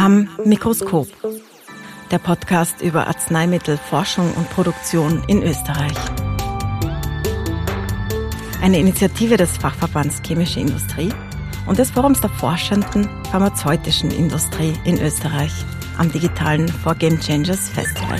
Am Mikroskop, der Podcast über Arzneimittelforschung und Produktion in Österreich. Eine Initiative des Fachverbands Chemische Industrie und des Forums der forschenden pharmazeutischen Industrie in Österreich am digitalen For Game Changers Festival.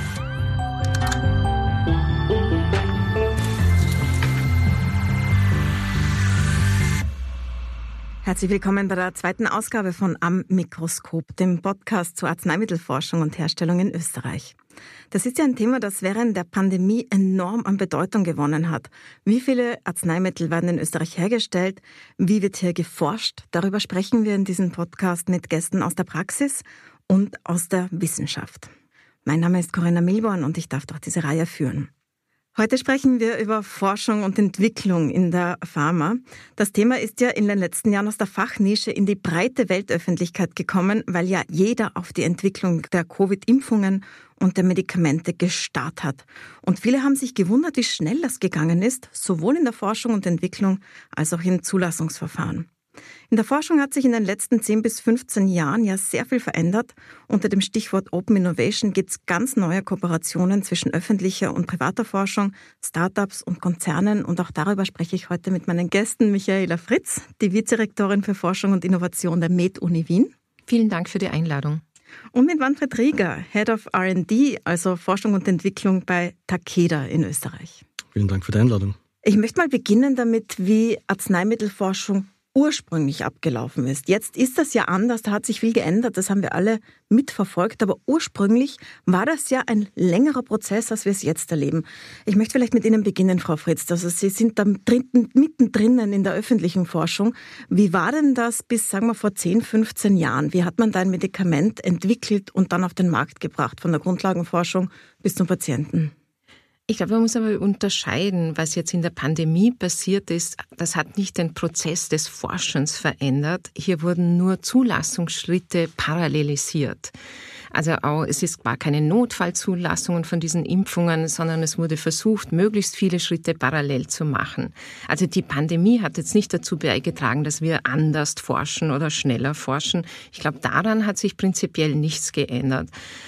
Herzlich willkommen bei der zweiten Ausgabe von Am Mikroskop, dem Podcast zur Arzneimittelforschung und Herstellung in Österreich. Das ist ja ein Thema, das während der Pandemie enorm an Bedeutung gewonnen hat. Wie viele Arzneimittel werden in Österreich hergestellt? Wie wird hier geforscht? Darüber sprechen wir in diesem Podcast mit Gästen aus der Praxis und aus der Wissenschaft. Mein Name ist Corinna Milborn und ich darf doch diese Reihe führen. Heute sprechen wir über Forschung und Entwicklung in der Pharma. Das Thema ist ja in den letzten Jahren aus der Fachnische in die breite Weltöffentlichkeit gekommen, weil ja jeder auf die Entwicklung der Covid-Impfungen und der Medikamente gestarrt hat. Und viele haben sich gewundert, wie schnell das gegangen ist, sowohl in der Forschung und Entwicklung als auch im Zulassungsverfahren. In der Forschung hat sich in den letzten 10 bis 15 Jahren ja sehr viel verändert. Unter dem Stichwort Open Innovation gibt es ganz neue Kooperationen zwischen öffentlicher und privater Forschung, Startups und Konzernen. Und auch darüber spreche ich heute mit meinen Gästen Michaela Fritz, die Vizerektorin für Forschung und Innovation der Med-Uni Wien. Vielen Dank für die Einladung. Und mit Manfred Rieger, Head of R&D, also Forschung und Entwicklung bei Takeda in Österreich. Vielen Dank für die Einladung. Ich möchte mal beginnen damit, wie Arzneimittelforschung ursprünglich abgelaufen ist. Jetzt ist das ja anders, da hat sich viel geändert, das haben wir alle mitverfolgt, aber ursprünglich war das ja ein längerer Prozess, als wir es jetzt erleben. Ich möchte vielleicht mit Ihnen beginnen, Frau Fritz. Also Sie sind da mittendrin in der öffentlichen Forschung. Wie war denn das bis, sagen wir, vor 10, 15 Jahren? Wie hat man da ein Medikament entwickelt und dann auf den Markt gebracht, von der Grundlagenforschung bis zum Patienten? Ich glaube, man muss aber unterscheiden, was jetzt in der Pandemie passiert ist. Das hat nicht den Prozess des Forschens verändert. Hier wurden nur Zulassungsschritte parallelisiert. Also auch, es war keine Notfallzulassungen von diesen Impfungen, sondern es wurde versucht, möglichst viele Schritte parallel zu machen. Also die Pandemie hat jetzt nicht dazu beigetragen, dass wir anders forschen oder schneller forschen. Ich glaube, daran hat sich prinzipiell nichts geändert.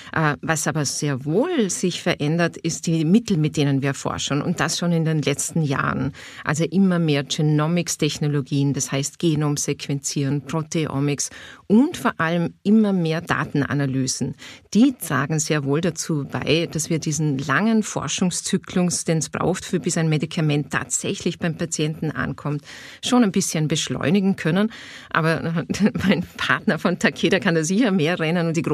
Was aber sehr wohl sich verändert, ist die Mittel, mit denen wir forschen. Und das schon in den letzten Jahren. Also immer mehr Genomics-Technologien, das heißt Genom sequenzieren, Proteomics und vor allem immer mehr Datenanalysen. Die tragen sehr wohl dazu bei, dass wir diesen langen Forschungszyklus, den es braucht, bis ein Medikament tatsächlich beim Patienten ankommt, schon ein bisschen beschleunigen können. Aber mein Partner von Takeda kann da sicher mehr rennen und die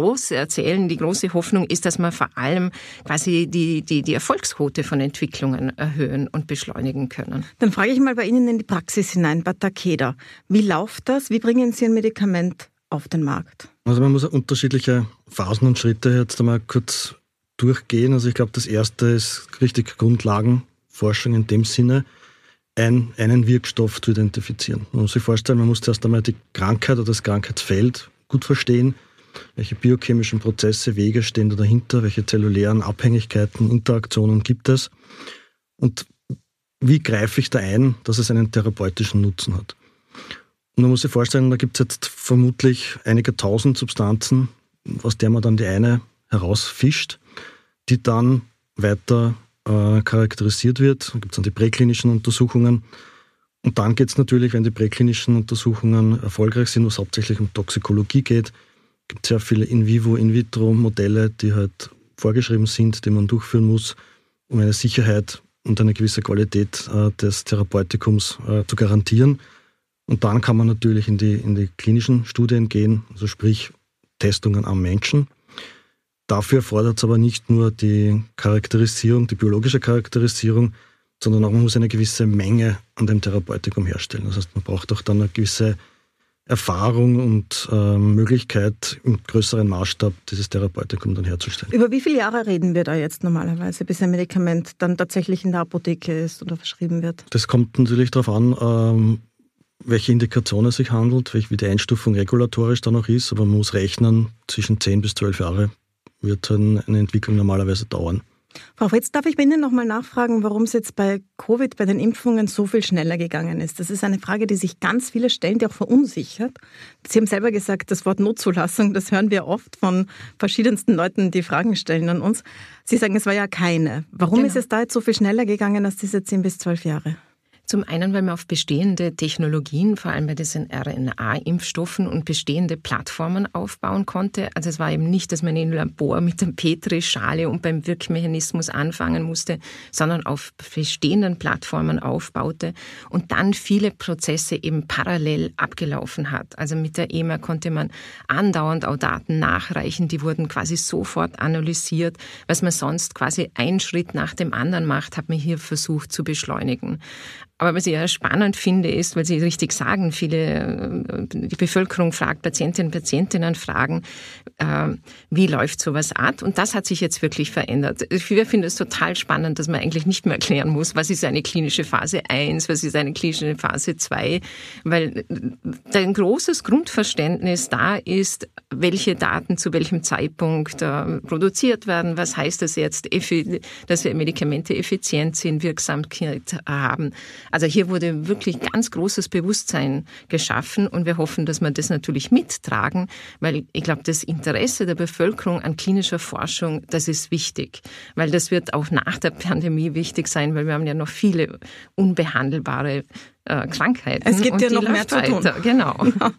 große Hoffnung ist, dass wir vor allem quasi die Erfolgsquote von Entwicklungen erhöhen und beschleunigen können. Dann frage ich mal bei Ihnen in die Praxis hinein, bei Takeda. Wie läuft das? Wie bringen Sie ein Medikament auf den Markt? Also man muss unterschiedliche Phasen und Schritte jetzt einmal kurz durchgehen. Also ich glaube, das erste ist richtig Grundlagenforschung in dem Sinne, einen Wirkstoff zu identifizieren. Man muss sich vorstellen, man muss zuerst einmal die Krankheit oder das Krankheitsfeld gut verstehen. Welche biochemischen Prozesse, Wege stehen da dahinter? Welche zellulären Abhängigkeiten, Interaktionen gibt es? Und wie greife ich da ein, dass es einen therapeutischen Nutzen hat? Und man muss sich vorstellen, da gibt es jetzt vermutlich einige tausend Substanzen, aus der man dann die eine herausfischt, die dann weiter charakterisiert wird. Da gibt es dann die präklinischen Untersuchungen. Und dann geht es natürlich, wenn die präklinischen Untersuchungen erfolgreich sind, was hauptsächlich um Toxikologie geht, gibt es sehr viele In-vivo, In-vitro-Modelle, die halt vorgeschrieben sind, die man durchführen muss, um eine Sicherheit und eine gewisse Qualität des Therapeutikums zu garantieren. Und dann kann man natürlich in die klinischen Studien gehen, also sprich Testungen am Menschen. Dafür erfordert es aber nicht nur die Charakterisierung, die biologische Charakterisierung, sondern auch man muss eine gewisse Menge an dem Therapeutikum herstellen. Das heißt, man braucht auch dann eine gewisse Erfahrung und Möglichkeit, im größeren Maßstab dieses Therapeutikum dann herzustellen. Über wie viele Jahre reden wir da jetzt normalerweise, bis ein Medikament dann tatsächlich in der Apotheke ist oder verschrieben wird? Das kommt natürlich darauf an, welche Indikation es sich handelt, wie die Einstufung regulatorisch dann auch ist, aber man muss rechnen, zwischen 10 bis 12 Jahre wird dann eine Entwicklung normalerweise dauern. Frau Fritz, darf ich bei Ihnen nochmal nachfragen, warum es jetzt bei Covid, bei den Impfungen so viel schneller gegangen ist? Das ist eine Frage, die sich ganz viele stellen, die auch verunsichert. Sie haben selber gesagt, das Wort Notzulassung, das hören wir oft von verschiedensten Leuten, die Fragen stellen an uns. Sie sagen, es war ja keine. Warum ist es da jetzt so viel schneller gegangen als diese 10 bis 12 Jahre? Zum einen, weil man auf bestehende Technologien, vor allem bei diesen RNA-Impfstoffen und bestehende Plattformen aufbauen konnte. Also es war eben nicht, dass man im Labor mit der Petrischale und beim Wirkmechanismus anfangen musste, sondern auf bestehenden Plattformen aufbaute und dann viele Prozesse eben parallel abgelaufen hat. Also mit der EMA konnte man andauernd auch Daten nachreichen, die wurden quasi sofort analysiert. Was man sonst quasi einen Schritt nach dem anderen macht, hat man hier versucht zu beschleunigen. Aber was ich ja spannend finde, ist, weil Sie richtig sagen, die Bevölkerung fragt, Patientinnen und Patientinnen fragen, wie läuft sowas ab? Und das hat sich jetzt wirklich verändert. Wir finden es total spannend, dass man eigentlich nicht mehr erklären muss, was ist eine klinische Phase 1, was ist eine klinische Phase 2, weil ein großes Grundverständnis da ist, welche Daten zu welchem Zeitpunkt produziert werden, was heißt das jetzt, dass Medikamente effizient sind, Wirksamkeit haben. Also hier wurde wirklich ganz großes Bewusstsein geschaffen und wir hoffen, dass wir das natürlich mittragen, weil ich glaube, das Interesse der Bevölkerung an klinischer Forschung, das ist wichtig, weil das wird auch nach der Pandemie wichtig sein, weil wir haben ja noch viele unbehandelbare Krankheiten. Es gibt ja noch mehr zu tun. Genau.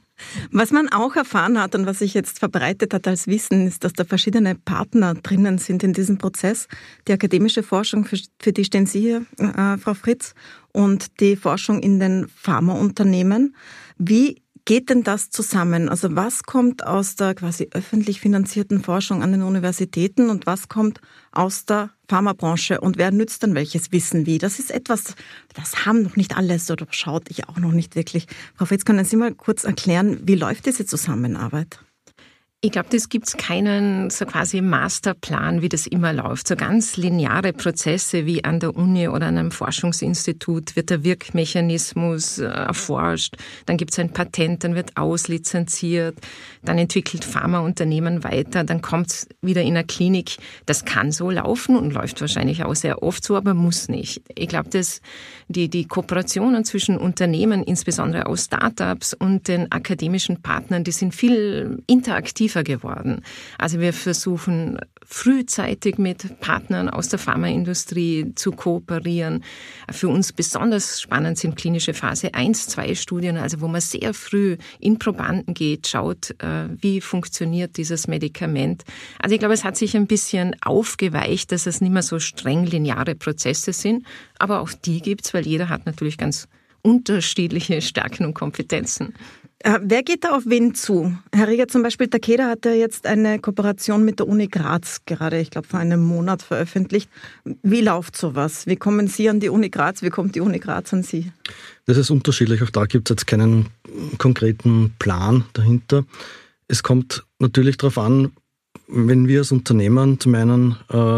Was man auch erfahren hat und was sich jetzt verbreitet hat als Wissen, ist, dass da verschiedene Partner drinnen sind in diesem Prozess. Die akademische Forschung, für die stehen Sie hier, Frau Fritz, und die Forschung in den Pharmaunternehmen. Wie geht denn das zusammen? Also was kommt aus der quasi öffentlich finanzierten Forschung an den Universitäten und was kommt aus der Pharmabranche und wer nützt dann welches Wissen wie? Das ist etwas, das haben noch nicht alle so durchschaut, ich auch noch nicht wirklich. Frau Fritz, können Sie mal kurz erklären, wie läuft diese Zusammenarbeit? Ich glaube, das gibt's keinen so quasi Masterplan, wie das immer läuft. So ganz lineare Prozesse wie an der Uni oder an einem Forschungsinstitut wird der Wirkmechanismus erforscht, dann gibt's ein Patent, dann wird auslizenziert, dann entwickelt Pharmaunternehmen weiter, dann kommt's wieder in eine Klinik. Das kann so laufen und läuft wahrscheinlich auch sehr oft so, aber muss nicht. Ich glaube, dass die Kooperationen zwischen Unternehmen, insbesondere aus Startups und den akademischen Partnern, die sind viel interaktiver geworden. Also wir versuchen frühzeitig mit Partnern aus der Pharmaindustrie zu kooperieren. Für uns besonders spannend sind klinische Phase 1-2 Studien, also wo man sehr früh in Probanden geht, schaut, wie funktioniert dieses Medikament. Also ich glaube, es hat sich ein bisschen aufgeweicht, dass es nicht mehr so streng lineare Prozesse sind, aber auch die gibt's, weil jeder hat natürlich ganz unterschiedliche Stärken und Kompetenzen. Wer geht da auf wen zu? Herr Rieger, zum Beispiel Takeda hat ja jetzt eine Kooperation mit der Uni Graz gerade, ich glaube, vor einem Monat veröffentlicht. Wie läuft sowas? Wie kommen Sie an die Uni Graz? Wie kommt die Uni Graz an Sie? Das ist unterschiedlich. Auch da gibt es jetzt keinen konkreten Plan dahinter. Es kommt natürlich darauf an, wenn wir als Unternehmen zum einen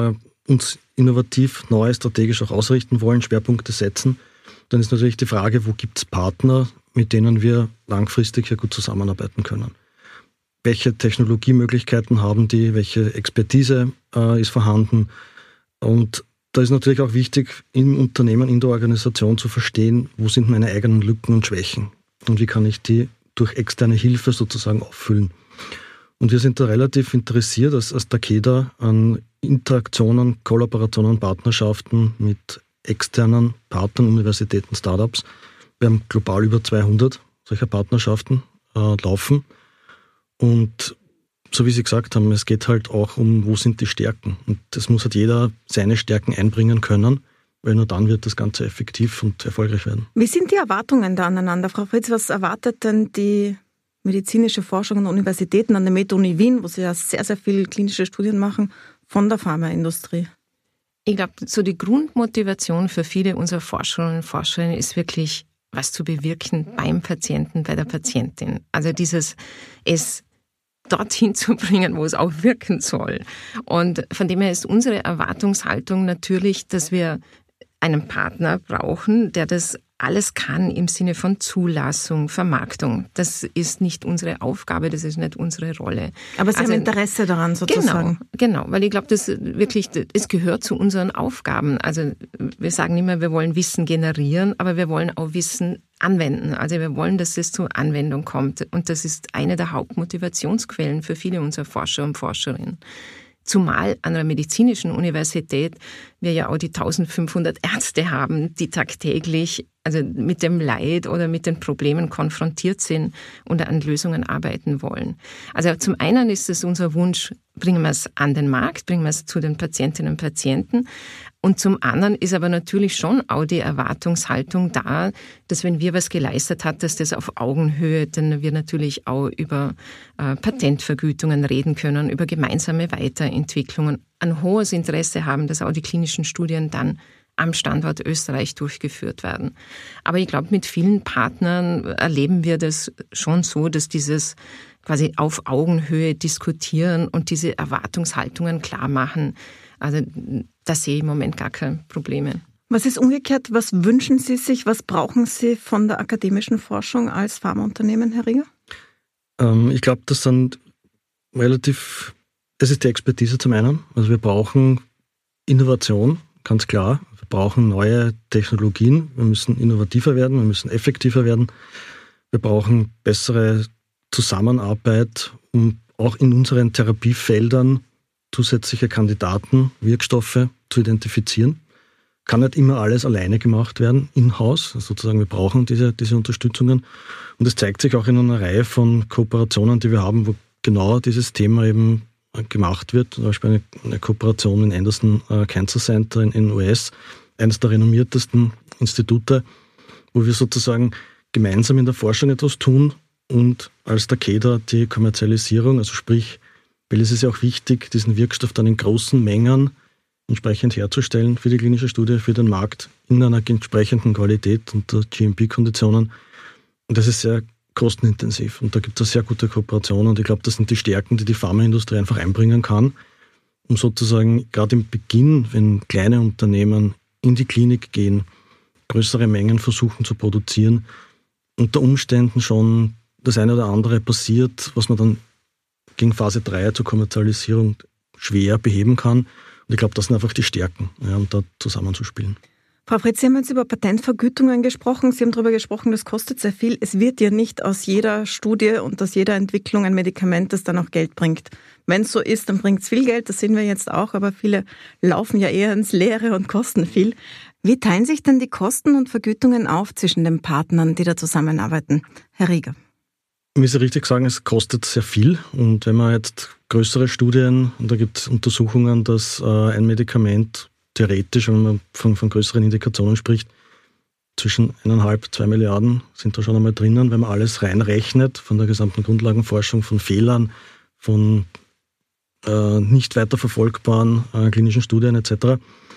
uns innovativ, neu, strategisch auch ausrichten wollen, Schwerpunkte setzen, dann ist natürlich die Frage, wo gibt es Partner, mit denen wir langfristig ja gut zusammenarbeiten können. Welche Technologiemöglichkeiten haben die, welche Expertise ist vorhanden? Und da ist natürlich auch wichtig, im Unternehmen, in der Organisation zu verstehen, wo sind meine eigenen Lücken und Schwächen und wie kann ich die durch externe Hilfe sozusagen auffüllen. Und wir sind da relativ interessiert als Takeda an Interaktionen, Kollaborationen, Partnerschaften mit externen Partnern, Universitäten, Startups. Wir haben global über 200 solcher Partnerschaften laufen. Und so wie Sie gesagt haben, es geht halt auch um, wo sind die Stärken. Und das muss halt jeder seine Stärken einbringen können, weil nur dann wird das Ganze effektiv und erfolgreich werden. Wie sind die Erwartungen da aneinander? Frau Fritz, was erwartet denn die medizinische Forschung an Universitäten, an der Med-Uni Wien, wo Sie ja sehr, sehr viel klinische Studien machen, von der Pharmaindustrie? Ich glaube, so die Grundmotivation für viele unserer Forscherinnen und Forscher ist wirklich, was zu bewirken beim Patienten, bei der Patientin. Also es dorthin zu bringen, wo es auch wirken soll. Und von dem her ist unsere Erwartungshaltung natürlich, dass wir einen Partner brauchen, der das alles kann im Sinne von Zulassung, Vermarktung. Das ist nicht unsere Aufgabe, das ist nicht unsere Rolle. Aber Sie haben Interesse daran sozusagen. Genau, weil ich glaube, das wirklich, es gehört zu unseren Aufgaben. Also wir sagen immer, wir wollen Wissen generieren, aber wir wollen auch Wissen anwenden. Also wir wollen, dass es zur Anwendung kommt. Und das ist eine der Hauptmotivationsquellen für viele unserer Forscher und Forscherinnen. Zumal an einer medizinischen Universität wir ja auch die 1500 Ärzte haben, die tagtäglich also mit dem Leid oder mit den Problemen konfrontiert sind und an Lösungen arbeiten wollen. Also zum einen ist es unser Wunsch, bringen wir es an den Markt, bringen wir es zu den Patientinnen und Patienten. Und zum anderen ist aber natürlich schon auch die Erwartungshaltung da, dass wenn wir was geleistet haben, dass das auf Augenhöhe, dann wir natürlich auch über Patentvergütungen reden können, über gemeinsame Weiterentwicklungen, ein hohes Interesse haben, dass auch die klinischen Studien dann am Standort Österreich durchgeführt werden. Aber ich glaube, mit vielen Partnern erleben wir das schon so, dass dieses quasi auf Augenhöhe diskutieren und diese Erwartungshaltungen klar machen. Also da sehe ich im Moment gar keine Probleme. Was ist umgekehrt? Was wünschen Sie sich? Was brauchen Sie von der akademischen Forschung als Pharmaunternehmen, Herr Rieger? Ich glaube, das ist die Expertise zum einen. Also wir brauchen Innovation, ganz klar. Wir brauchen neue Technologien. Wir müssen innovativer werden, wir müssen effektiver werden. Wir brauchen bessere Zusammenarbeit, um auch in unseren Therapiefeldern zusätzliche Kandidaten, Wirkstoffe zu identifizieren. Kann nicht immer alles alleine gemacht werden, in-house. Sozusagen, wir brauchen diese Unterstützungen. Und es zeigt sich auch in einer Reihe von Kooperationen, die wir haben, wo genau dieses Thema eben gemacht wird. Zum Beispiel eine Kooperation in Anderson Cancer Center in den US, eines der renommiertesten Institute, wo wir sozusagen gemeinsam in der Forschung etwas tun und als Takeda die Kommerzialisierung, also sprich, weil es ist ja auch wichtig, diesen Wirkstoff dann in großen Mengen entsprechend herzustellen für die klinische Studie, für den Markt in einer entsprechenden Qualität unter GMP-Konditionen. Und das ist sehr kostenintensiv und da gibt es eine sehr gute Kooperation und ich glaube, das sind die Stärken, die die Pharmaindustrie einfach einbringen kann, um sozusagen gerade im Beginn, wenn kleine Unternehmen in die Klinik gehen, größere Mengen versuchen zu produzieren, unter Umständen schon das eine oder andere passiert, was man dann gegen Phase 3 zur Kommerzialisierung schwer beheben kann. Und ich glaube, das sind einfach die Stärken, um da zusammenzuspielen. Frau Fritz, Sie haben jetzt über Patentvergütungen gesprochen. Sie haben darüber gesprochen, das kostet sehr viel. Es wird ja nicht aus jeder Studie und aus jeder Entwicklung ein Medikament, das dann auch Geld bringt. Wenn es so ist, dann bringt es viel Geld, das sehen wir jetzt auch, aber viele laufen ja eher ins Leere und kosten viel. Wie teilen sich denn die Kosten und Vergütungen auf zwischen den Partnern, die da zusammenarbeiten? Herr Rieger. Ich muss ja richtig sagen, es kostet sehr viel. Und wenn man jetzt größere Studien, und da gibt es Untersuchungen, dass ein Medikament theoretisch, wenn man von größeren Indikationen spricht, zwischen 1,5-2 Milliarden sind da schon einmal drinnen, wenn man alles reinrechnet, von der gesamten Grundlagenforschung, von Fehlern, von nicht weiter verfolgbaren klinischen Studien etc.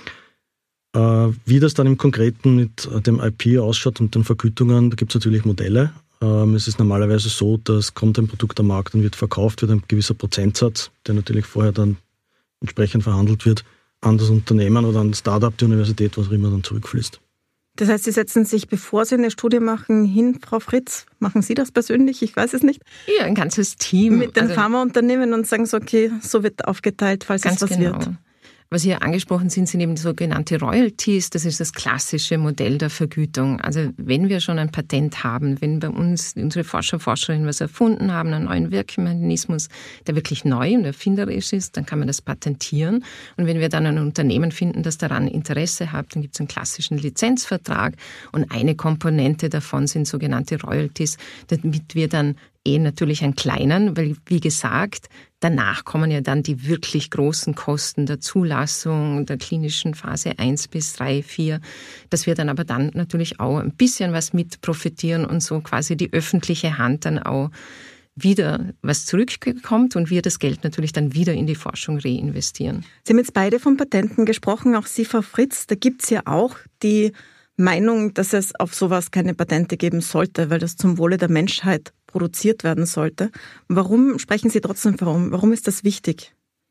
Wie das dann im Konkreten mit dem IP ausschaut und den Vergütungen, da gibt es natürlich Modelle. Es ist normalerweise so, dass kommt ein Produkt am Markt und wird verkauft, wird ein gewisser Prozentsatz, der natürlich vorher dann entsprechend verhandelt wird, an das Unternehmen oder an das Startup, die Universität, was auch immer dann zurückfließt. Das heißt, Sie setzen sich, bevor Sie eine Studie machen, hin, Frau Fritz, machen Sie das persönlich? Ich weiß es nicht. Ja, ein ganzes Team. Mit den Pharmaunternehmen und sagen so, okay, so wird aufgeteilt, falls es was wird. Was hier angesprochen sind eben sogenannte Royalties. Das ist das klassische Modell der Vergütung. Also wenn wir schon ein Patent haben, wenn bei uns unsere Forscherinnen was erfunden haben, einen neuen Wirkmechanismus, der wirklich neu und erfinderisch ist, dann kann man das patentieren. Und wenn wir dann ein Unternehmen finden, das daran Interesse hat, dann gibt es einen klassischen Lizenzvertrag. Und eine Komponente davon sind sogenannte Royalties, damit wir dann natürlich einen kleinen, weil wie gesagt, danach kommen ja dann die wirklich großen Kosten der Zulassung, der klinischen Phase 1 bis 3, 4, dass wir dann aber dann natürlich auch ein bisschen was mit profitieren und so quasi die öffentliche Hand dann auch wieder was zurückkommt und wir das Geld natürlich dann wieder in die Forschung reinvestieren. Sie haben jetzt beide von Patenten gesprochen, auch Sie, Frau Fritz, da gibt es ja auch die Meinung, dass es auf sowas keine Patente geben sollte, weil das zum Wohle der Menschheit produziert werden sollte. Warum sprechen Sie trotzdem warum? Warum ist das wichtig?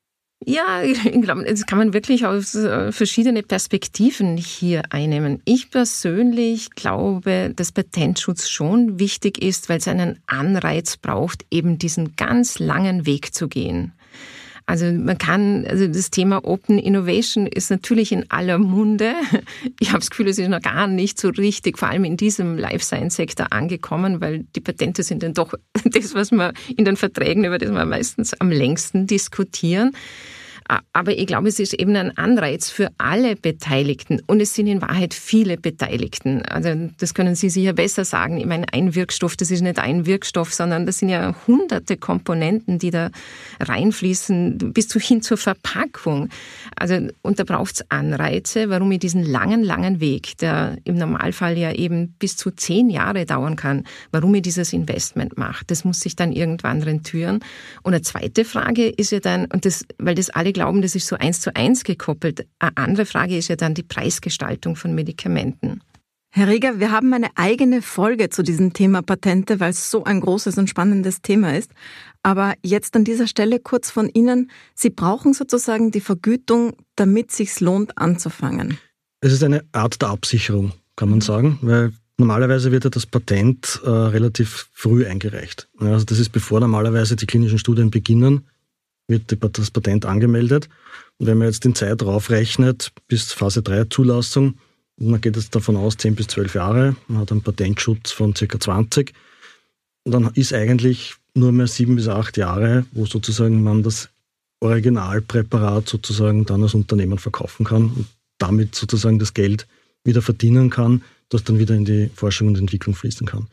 Ja, ich glaube, das kann man wirklich aus verschiedene Perspektiven hier einnehmen. Ich persönlich glaube, dass Patentschutz schon wichtig ist, weil es einen Anreiz braucht, eben diesen ganz langen Weg zu gehen. Also das Thema Open Innovation ist natürlich in aller Munde. Ich habe das Gefühl, es ist noch gar nicht so richtig, vor allem in diesem Life-Science-Sektor angekommen, weil die Patente sind dann doch das, was wir in den Verträgen, über das wir meistens am längsten diskutieren. Aber ich glaube, es ist eben ein Anreiz für alle Beteiligten. Und es sind in Wahrheit viele Beteiligten. Also das können Sie sicher besser sagen. Ich meine, ein Wirkstoff, das ist nicht ein Wirkstoff, sondern das sind ja hunderte Komponenten, die da reinfließen, bis hin zur Verpackung. Also, und da braucht es Anreize, warum ich diesen langen Weg, der im Normalfall ja eben bis zu 10 Jahre dauern kann, warum ich dieses Investment mache. Das muss sich dann irgendwann rentieren. Und eine zweite Frage ist ja dann, weil das alle glauben, das ist so 1:1 gekoppelt. Eine andere Frage ist ja dann die Preisgestaltung von Medikamenten. Herr Reger, wir haben eine eigene Folge zu diesem Thema Patente, weil es so ein großes und spannendes Thema ist. Aber jetzt an dieser Stelle kurz von Ihnen. Sie brauchen sozusagen die Vergütung, damit es sich lohnt, anzufangen. Es ist eine Art der Absicherung, kann man sagen, weil normalerweise wird ja das Patent relativ früh eingereicht. Also das ist bevor normalerweise die klinischen Studien beginnen, wird das Patent angemeldet. Und wenn man jetzt den Zeit raufrechnet bis Phase 3 Zulassung, man geht jetzt davon aus 10 bis 12 Jahre, man hat einen Patentschutz von ca. 20, und dann ist eigentlich nur mehr 7 bis 8 Jahre, wo sozusagen man das Originalpräparat sozusagen dann als Unternehmen verkaufen kann und damit sozusagen das Geld wieder verdienen kann, das dann wieder in die Forschung und Entwicklung fließen kann.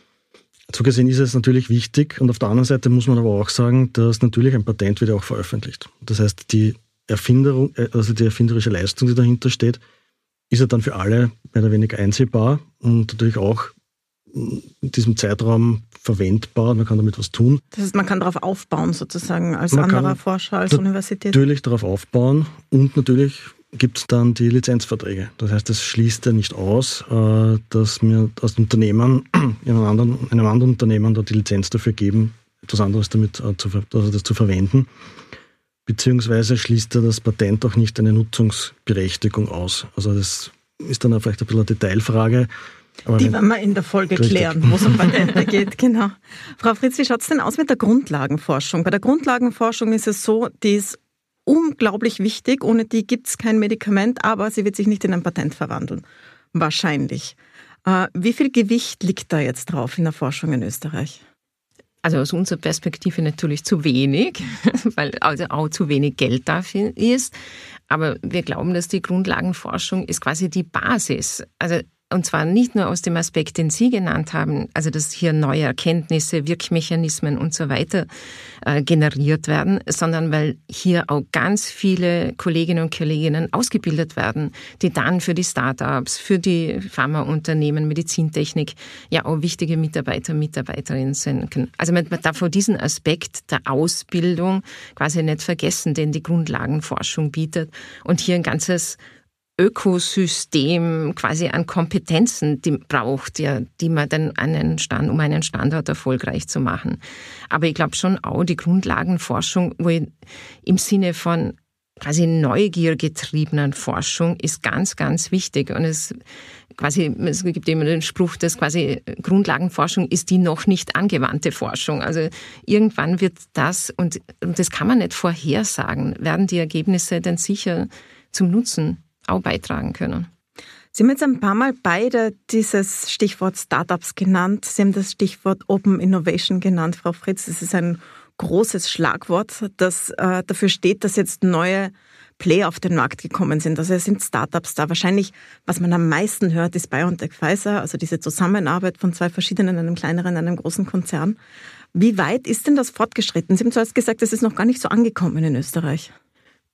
So gesehen ist es natürlich wichtig, und auf der anderen Seite muss man aber auch sagen, dass natürlich ein Patent wird ja auch veröffentlicht. Das heißt, die erfinderische Leistung, die dahinter steht, ist ja dann für alle mehr oder weniger einsehbar und natürlich auch in diesem Zeitraum verwendbar. Man kann damit was tun. Das heißt, man kann darauf aufbauen sozusagen als anderer Forscher, als Universität? Natürlich darauf aufbauen, und natürlich gibt es dann die Lizenzverträge. Das heißt, das schließt ja nicht aus, dass mir das Unternehmen, einem anderen Unternehmen da die Lizenz dafür geben, etwas anderes damit das zu verwenden. Beziehungsweise schließt ja das Patent auch nicht eine Nutzungsberechtigung aus. Also das ist dann vielleicht ein bisschen eine Detailfrage. Aber die werden wir in der Folge klären, wo es um Patente geht. Genau. Frau Fritz, wie schaut es denn aus mit der Grundlagenforschung? Bei der Grundlagenforschung ist es so, die ist unglaublich wichtig. Ohne die gibt es kein Medikament, aber sie wird sich nicht in ein Patent verwandeln. Wahrscheinlich. Wie viel Gewicht liegt da jetzt drauf in der Forschung in Österreich? Also aus unserer Perspektive natürlich zu wenig, weil also auch zu wenig Geld dafür ist. Aber wir glauben, dass die Grundlagenforschung ist quasi die Basis. Also und zwar nicht nur aus dem Aspekt, den Sie genannt haben, also dass hier neue Erkenntnisse, Wirkmechanismen und so weiter generiert werden, sondern weil hier auch ganz viele Kolleginnen und Kollegen ausgebildet werden, die dann für die Start-ups, für die Pharmaunternehmen, Medizintechnik ja auch wichtige Mitarbeiter, Mitarbeiterinnen sein können. Also man darf auch diesen Aspekt der Ausbildung quasi nicht vergessen, den die Grundlagenforschung bietet und hier ein ganzes Ökosystem quasi an Kompetenzen, die braucht, ja, die man dann um einen Standort erfolgreich zu machen. Aber ich glaube schon auch die Grundlagenforschung, wo im Sinne von quasi neugiergetriebenen Forschung ist ganz, ganz wichtig. Und es gibt immer den Spruch, dass quasi Grundlagenforschung ist die noch nicht angewandte Forschung. Also irgendwann wird das, und das kann man nicht vorhersagen, werden die Ergebnisse dann sicher zum Nutzen auch beitragen können. Sie haben jetzt ein paar Mal beide dieses Stichwort Startups genannt. Sie haben das Stichwort Open Innovation genannt, Frau Fritz. Das ist ein großes Schlagwort, das dafür steht, dass jetzt neue Player auf den Markt gekommen sind. Also es sind Startups da. Wahrscheinlich, was man am meisten hört, ist BioNTech Pfizer, also diese Zusammenarbeit von zwei verschiedenen, einem kleineren, einem großen Konzern. Wie weit ist denn das fortgeschritten? Sie haben zuerst gesagt, das ist noch gar nicht so angekommen in Österreich.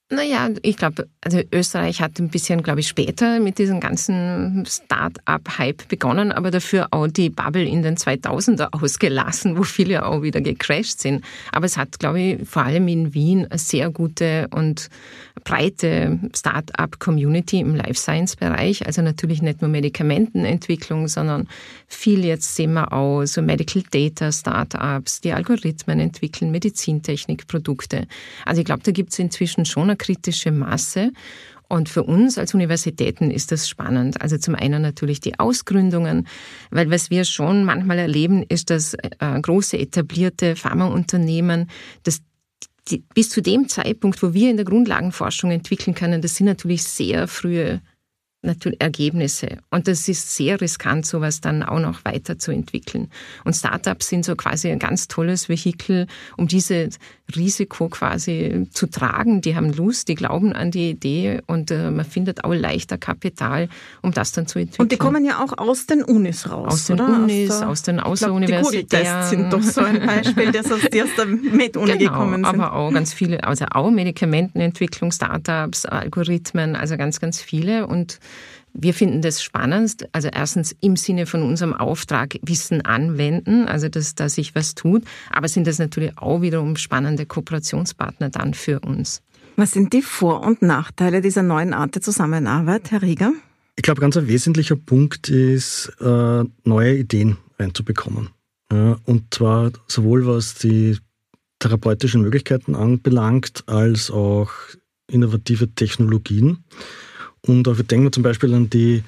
Naja, ich glaube, also Österreich hat ein bisschen, glaube ich, später mit diesem ganzen Start-up-Hype begonnen, aber dafür auch die Bubble in den 2000er ausgelassen, wo viele auch wieder gecrasht sind. Aber es hat, glaube ich, vor allem in Wien eine sehr gute und breite Start-up-Community im Life-Science-Bereich. Also natürlich nicht nur Medikamentenentwicklung, sondern viel, jetzt sehen wir auch so Medical-Data-Startups, die Algorithmen entwickeln, Medizintechnikprodukte. Also ich glaube, da gibt es inzwischen schon eine kritische Masse. Und für uns als Universitäten ist das spannend. Also zum einen natürlich die Ausgründungen, weil was wir schon manchmal erleben, ist, dass große etablierte Pharmaunternehmen, bis zu dem Zeitpunkt, wo wir in der Grundlagenforschung entwickeln können, das sind natürlich sehr frühe Ergebnisse. Und das ist sehr riskant, sowas dann auch noch weiterzuentwickeln. Und Startups sind so quasi ein ganz tolles Vehikel, um dieses Risiko quasi zu tragen. Die haben Lust, die glauben an die Idee und man findet auch leichter Kapital, um das dann zu entwickeln. Und die kommen ja auch aus den Unis raus, aus den oder? Unis, aus den Außeruniversitäten. Die Google-Tests sind doch so ein Beispiel, die aus der Med-Uni gekommen sind. Aber auch ganz viele, also auch Medikamentenentwicklung, Startups, Algorithmen, also ganz, ganz viele. Und wir finden das spannend, also erstens im Sinne von unserem Auftrag Wissen anwenden, also dass da sich was tut, aber sind das natürlich auch wiederum spannende Kooperationspartner dann für uns. Was sind die Vor- und Nachteile dieser neuen Art der Zusammenarbeit, Herr Rieger? Ich glaube, ganz ein wesentlicher Punkt ist, neue Ideen reinzubekommen. Ja, und zwar sowohl was die therapeutischen Möglichkeiten anbelangt, als auch innovative Technologien. Und auch denken wir zum Beispiel an die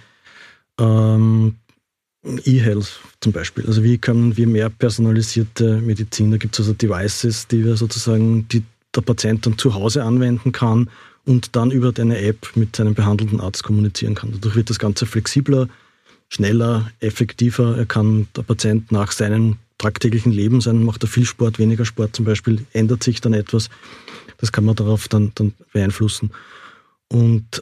E-Health zum Beispiel. Also wie können wir mehr personalisierte Medizin, da gibt es also Devices, die wir sozusagen, die der Patient dann zu Hause anwenden kann und dann über eine App mit seinem behandelnden Arzt kommunizieren kann. Dadurch wird das Ganze flexibler, schneller, effektiver. Er kann der Patient nach seinem tagtäglichen Leben sein, macht er viel Sport, weniger Sport zum Beispiel, ändert sich dann etwas. Das kann man darauf dann beeinflussen. Und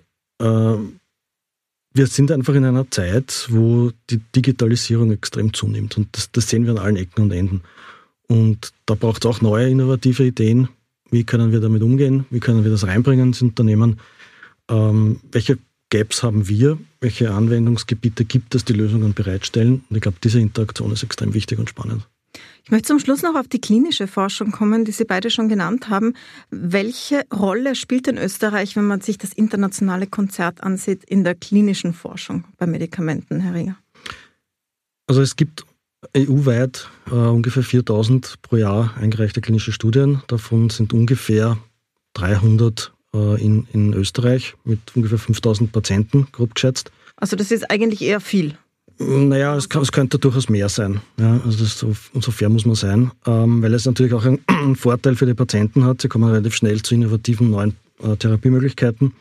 wir sind einfach in einer Zeit, wo die Digitalisierung extrem zunimmt. Und das sehen wir an allen Ecken und Enden. Und da braucht es auch neue innovative Ideen. Wie können wir damit umgehen? Wie können wir das reinbringen ins Unternehmen? Welche Gaps haben wir? Welche Anwendungsgebiete gibt es, die Lösungen bereitstellen? Und ich glaube, diese Interaktion ist extrem wichtig und spannend. Ich möchte zum Schluss noch auf die klinische Forschung kommen, die Sie beide schon genannt haben. Welche Rolle spielt in Österreich, wenn man sich das internationale Konzert ansieht, in der klinischen Forschung bei Medikamenten, Herr Rieger? Also es gibt EU-weit ungefähr 4.000 pro Jahr eingereichte klinische Studien. Davon sind ungefähr 300 in Österreich mit ungefähr 5.000 Patienten, grob geschätzt. Also das ist eigentlich eher viel. Naja, es könnte durchaus mehr sein. Ja, also so fair muss man sein, weil es natürlich auch einen Vorteil für die Patienten hat. Sie kommen relativ schnell zu innovativen neuen Therapiemöglichkeiten.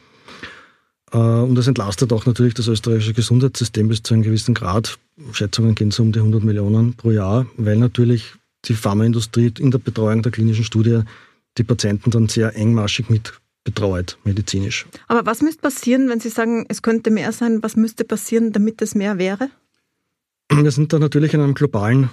Und es entlastet auch natürlich das österreichische Gesundheitssystem bis zu einem gewissen Grad. Schätzungen gehen so um die 100 Millionen pro Jahr, weil natürlich die Pharmaindustrie in der Betreuung der klinischen Studie die Patienten dann sehr engmaschig mit betreut, medizinisch. Aber was müsste passieren, wenn Sie sagen, es könnte mehr sein? Was müsste passieren, damit es mehr wäre? Wir sind da natürlich in einem globalen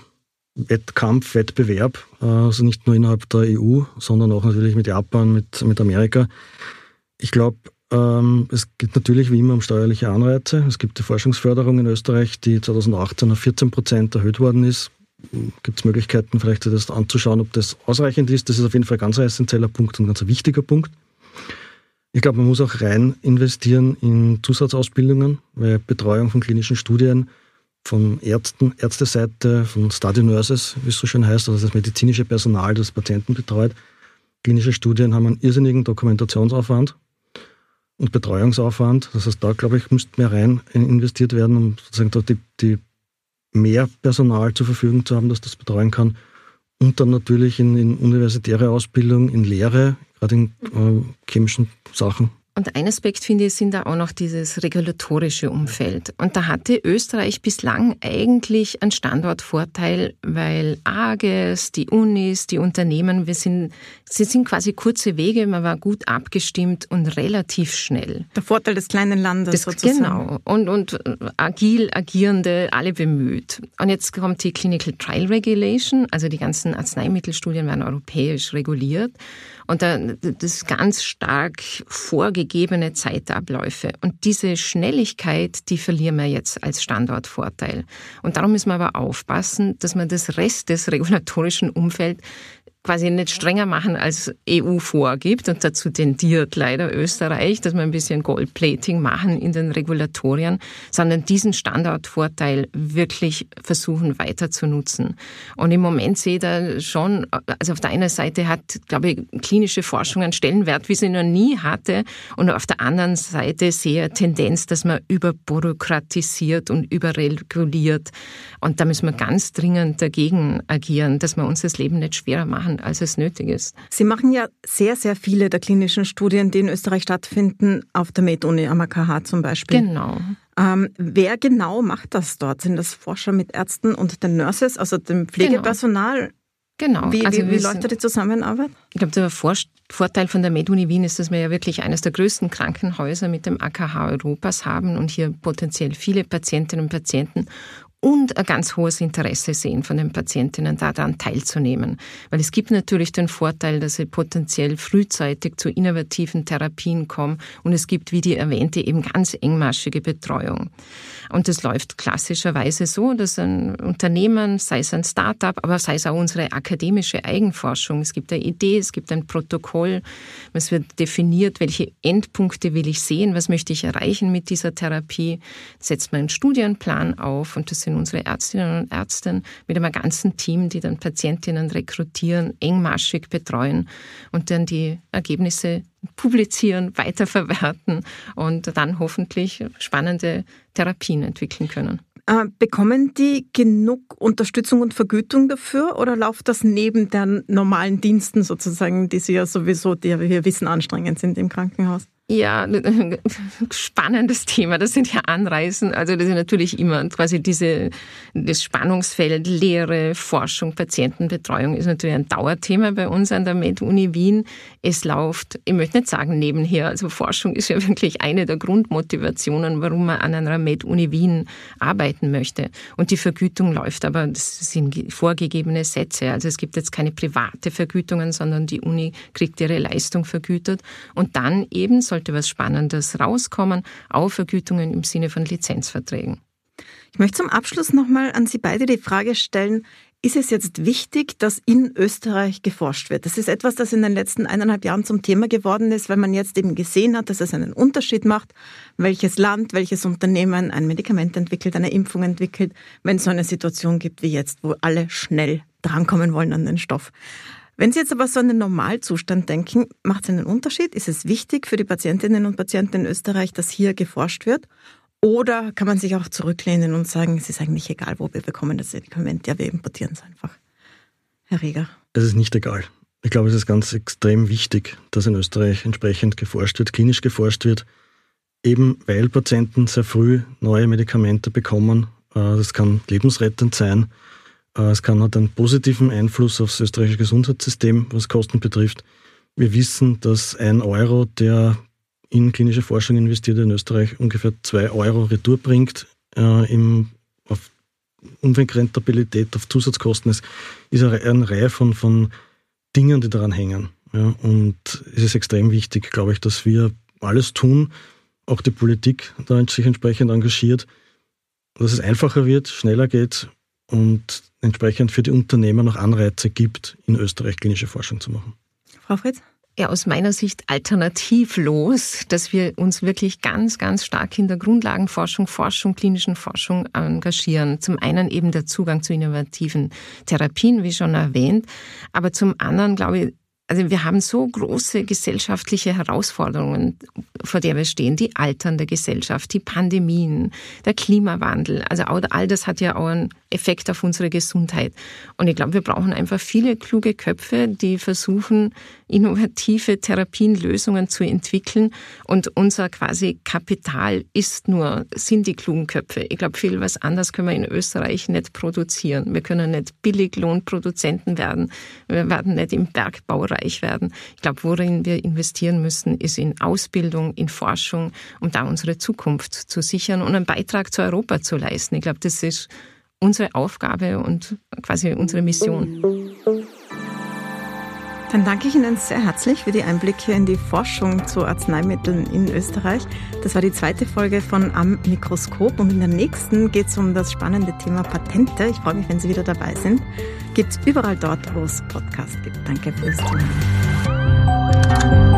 Wettbewerb, also nicht nur innerhalb der EU, sondern auch natürlich mit Japan, mit Amerika. Ich glaube, es geht natürlich wie immer um steuerliche Anreize. Es gibt die Forschungsförderung in Österreich, die 2018 auf 14% erhöht worden ist. Gibt es Möglichkeiten, vielleicht das anzuschauen, ob das ausreichend ist. Das ist auf jeden Fall ein ganz essentieller Punkt und ein ganz wichtiger Punkt. Ich glaube, man muss auch rein investieren in Zusatzausbildungen, weil Betreuung von klinischen Studien von Ärzten, Ärzteseite, von Study Nurses, wie es so schön heißt, also das medizinische Personal, das Patienten betreut. Klinische Studien haben einen irrsinnigen Dokumentationsaufwand und Betreuungsaufwand. Das heißt, da, glaube ich, müsste mehr rein investiert werden, um sozusagen dort die mehr Personal zur Verfügung zu haben, das das betreuen kann. Und dann natürlich in universitäre Ausbildung, in Lehre, gerade in chemischen Sachen. Und ein Aspekt, finde ich, sind da auch noch dieses regulatorische Umfeld. Und da hatte Österreich bislang eigentlich einen Standortvorteil, weil AGES, die Unis, die Unternehmen, sie sind quasi kurze Wege, man war gut abgestimmt und relativ schnell. Der Vorteil des kleinen Landes sozusagen. Genau. Und agil agierende, alle bemüht. Und jetzt kommt die Clinical Trial Regulation, also die ganzen Arzneimittelstudien werden europäisch reguliert. Und das ist ganz stark vorgegebene Zeitabläufe. Und diese Schnelligkeit, die verlieren wir jetzt als Standortvorteil. Und darum müssen wir aber aufpassen, dass man das Rest des regulatorischen Umfelds quasi nicht strenger machen, als EU vorgibt. Und dazu tendiert leider Österreich, dass wir ein bisschen Goldplating machen in den Regulatorien, sondern diesen Standortvorteil wirklich versuchen weiter zu nutzen. Und im Moment sehe ich da schon, also auf der einen Seite hat, glaube ich, klinische Forschung einen Stellenwert, wie sie noch nie hatte. Und auf der anderen Seite sehe ich eine Tendenz, dass man überbürokratisiert und überreguliert. Und da müssen wir ganz dringend dagegen agieren, dass wir uns das Leben nicht schwerer machen, als es nötig ist. Sie machen ja sehr, sehr viele der klinischen Studien, die in Österreich stattfinden, auf der Med-Uni, am AKH zum Beispiel. Genau. Wer genau macht das dort? Sind das Forscher mit Ärzten und den Nurses, also dem Pflegepersonal? Genau. Wie läuft da die Zusammenarbeit? Ich glaube, der Vorteil von der Med-Uni Wien ist, dass wir ja wirklich eines der größten Krankenhäuser mit dem AKH Europas haben und hier potenziell viele Patientinnen und Patienten und ein ganz hohes Interesse sehen von den Patientinnen, daran teilzunehmen. Weil es gibt natürlich den Vorteil, dass sie potenziell frühzeitig zu innovativen Therapien kommen und es gibt, wie die erwähnte, eben ganz engmaschige Betreuung. Und das läuft klassischerweise so, dass ein Unternehmen, sei es ein Start-up, aber sei es auch unsere akademische Eigenforschung, es gibt eine Idee, es gibt ein Protokoll, es wird definiert, welche Endpunkte will ich sehen, was möchte ich erreichen mit dieser Therapie, setzt man einen Studienplan auf und das sind unsere Ärztinnen und Ärzte mit einem ganzen Team, die dann Patientinnen rekrutieren, engmaschig betreuen und dann die Ergebnisse publizieren, weiterverwerten und dann hoffentlich spannende Therapien entwickeln können. Bekommen die genug Unterstützung und Vergütung dafür oder läuft das neben den normalen Diensten sozusagen, die Sie ja sowieso, die wir wissen, anstrengend sind im Krankenhaus? Ja, spannendes Thema. Das sind ja Anreisen. Also das ist natürlich immer quasi das Spannungsfeld Lehre, Forschung, Patientenbetreuung ist natürlich ein Dauerthema bei uns an der Med-Uni Wien. Es läuft, ich möchte nicht sagen nebenher, also Forschung ist ja wirklich eine der Grundmotivationen, warum man an einer Med-Uni Wien arbeiten möchte. Und die Vergütung läuft, aber das sind vorgegebene Sätze. Also es gibt jetzt keine private Vergütungen, sondern die Uni kriegt ihre Leistung vergütet. Und dann eben sollte was Spannendes rauskommen, auch Vergütungen im Sinne von Lizenzverträgen. Ich möchte zum Abschluss nochmal an Sie beide die Frage stellen, ist es jetzt wichtig, dass in Österreich geforscht wird? Das ist etwas, das in den letzten 1,5 Jahren zum Thema geworden ist, weil man jetzt eben gesehen hat, dass es einen Unterschied macht, welches Land, welches Unternehmen ein Medikament entwickelt, eine Impfung entwickelt, wenn es so eine Situation gibt wie jetzt, wo alle schnell drankommen wollen an den Stoff. Wenn Sie jetzt aber so an den Normalzustand denken, macht es einen Unterschied? Ist es wichtig für die Patientinnen und Patienten in Österreich, dass hier geforscht wird? Oder kann man sich auch zurücklehnen und sagen, es ist eigentlich egal, wo wir bekommen das Medikament, ja, wir importieren es einfach? Herr Reger. Es ist nicht egal. Ich glaube, es ist ganz extrem wichtig, dass in Österreich entsprechend geforscht wird, klinisch geforscht wird, eben weil Patienten sehr früh neue Medikamente bekommen. Das kann lebensrettend sein. Es kann hat einen positiven Einfluss aufs österreichische Gesundheitssystem, was Kosten betrifft. Wir wissen, dass 1 Euro, der in klinische Forschung investiert, in Österreich ungefähr 2 Euro Retour bringt. Auf Umweltrentabilität, auf Zusatzkosten. Es ist eine Reihe von Dingen, die daran hängen. Ja, und es ist extrem wichtig, glaube ich, dass wir alles tun, auch die Politik da sich entsprechend engagiert, dass es einfacher wird, schneller geht und entsprechend für die Unternehmer noch Anreize gibt, in Österreich klinische Forschung zu machen. Frau Fritz? Ja, aus meiner Sicht alternativlos, dass wir uns wirklich ganz, ganz stark in der Grundlagenforschung, klinischen Forschung engagieren. Zum einen eben der Zugang zu innovativen Therapien, wie schon erwähnt, aber zum anderen, glaube ich, Also wir haben so große gesellschaftliche Herausforderungen, vor der wir stehen. Die alternde Gesellschaft, die Pandemien, der Klimawandel. Also all das hat ja auch einen Effekt auf unsere Gesundheit. Und ich glaube, wir brauchen einfach viele kluge Köpfe, die versuchen, innovative Therapien, Lösungen zu entwickeln. Und unser quasi Kapital sind die klugen Köpfe. Ich glaube, viel was anderes können wir in Österreich nicht produzieren. Wir können nicht Billiglohnproduzenten werden. Wir werden nicht im Bergbau reich werden. Ich glaube, worin wir investieren müssen, ist in Ausbildung, in Forschung, um da unsere Zukunft zu sichern und einen Beitrag zu Europa zu leisten. Ich glaube, das ist unsere Aufgabe und quasi unsere Mission. Dann danke ich Ihnen sehr herzlich für die Einblicke in die Forschung zu Arzneimitteln in Österreich. Das war die 2. Folge von Am Mikroskop und in der nächsten geht es um das spannende Thema Patente. Ich freue mich, wenn Sie wieder dabei sind. Gibt es überall dort, wo es Podcasts gibt. Danke fürs Zuhören.